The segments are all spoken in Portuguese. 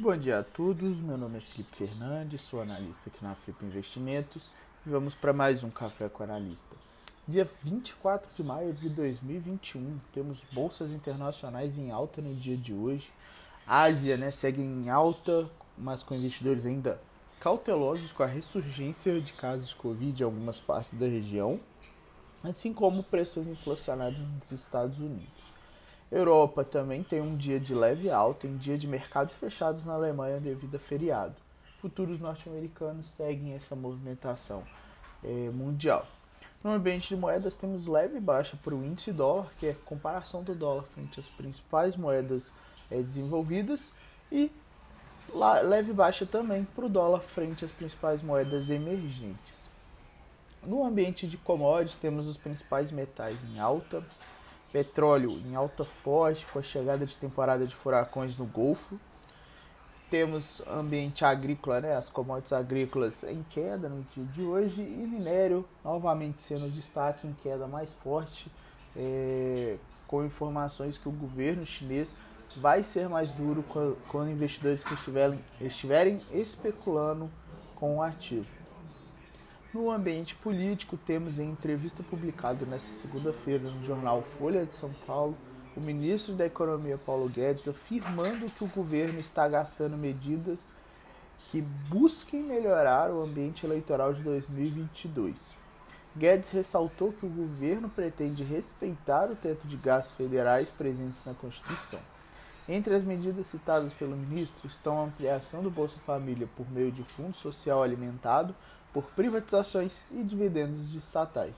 Bom dia a todos, meu nome é Felipe Fernandes, sou analista aqui na Flip Investimentos e vamos para mais um Café com Analista. Dia 24 de maio de 2021, temos bolsas internacionais em alta no dia de hoje. A Ásia segue em alta, mas com investidores ainda cautelosos com a ressurgência de casos de Covid em algumas partes da região, assim como pressões inflacionárias nos Estados Unidos. Europa também tem um dia de leve alta em dia de mercados fechados na Alemanha devido a feriado. Futuros norte-americanos seguem essa movimentação mundial. No ambiente de moedas temos leve baixa para o índice dólar, que é a comparação do dólar frente às principais moedas desenvolvidas, e leve baixa também para o dólar frente às principais moedas emergentes. No ambiente de commodities temos os principais metais em alta. Petróleo em alta forte com a chegada de temporada de furacões no Golfo. Temos ambiente agrícola, as commodities agrícolas em queda no dia de hoje. E minério novamente sendo destaque em queda mais forte, com informações que o governo chinês vai ser mais duro com investidores que estiverem especulando com o ativo. No ambiente político, temos em entrevista publicada nesta segunda-feira no jornal Folha de São Paulo, o ministro da Economia, Paulo Guedes, afirmando que o governo está gastando medidas que busquem melhorar o ambiente eleitoral de 2022. Guedes ressaltou que o governo pretende respeitar o teto de gastos federais presentes na Constituição. Entre as medidas citadas pelo ministro estão a ampliação do Bolsa Família por meio de Fundo Social Alimentado, por privatizações e dividendos de estatais.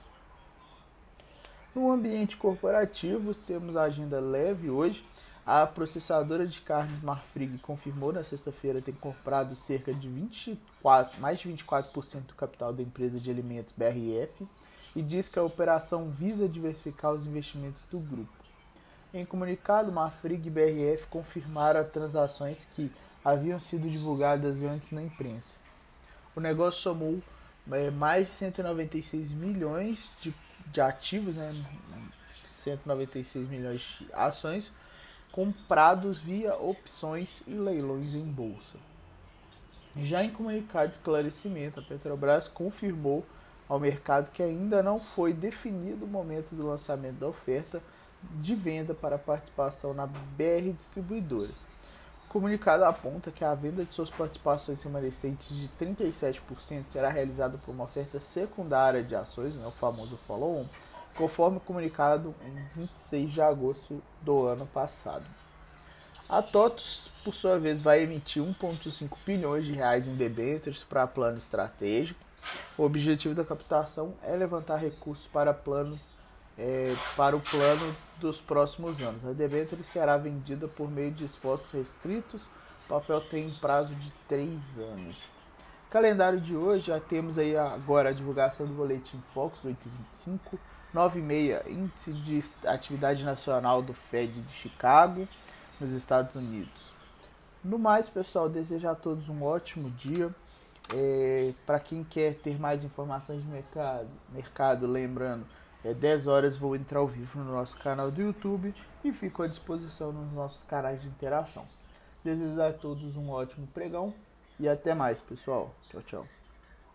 No ambiente corporativo, temos a agenda leve hoje. A processadora de carnes Marfrig confirmou na sexta-feira ter comprado cerca de mais de 24% do capital da empresa de alimentos BRF e diz que a operação visa diversificar os investimentos do grupo. Em comunicado, Marfrig e BRF confirmaram as transações que haviam sido divulgadas antes na imprensa. O negócio somou mais de 196 milhões de ativos, 196 milhões de ações comprados via opções e leilões em bolsa. Já em comunicado de esclarecimento, a Petrobras confirmou ao mercado que ainda não foi definido o momento do lançamento da oferta de venda para participação na BR Distribuidoras. O comunicado aponta que a venda de suas participações remanescentes de 37% será realizada por uma oferta secundária de ações, o famoso follow-on, conforme comunicado em 26 de agosto do ano passado. A TOTVS, por sua vez, vai emitir 1,5 bilhões de reais em debêntures para plano estratégico. O objetivo da captação é levantar recursos para o plano dos próximos anos. A debênture será vendida por meio de esforços restritos. O papel tem prazo de 3 anos. Calendário de hoje, já temos aí agora a divulgação do Boletim Focus 8h25, 9h30, Índice de Atividade Nacional do Fed de Chicago, nos Estados Unidos. No mais, pessoal, desejo a todos um ótimo dia. Para quem quer ter mais informações de mercado, lembrando, 10 horas vou entrar ao vivo no nosso canal do YouTube e fico à disposição nos nossos canais de interação. Desejo a todos um ótimo pregão e até mais, pessoal. Tchau, tchau.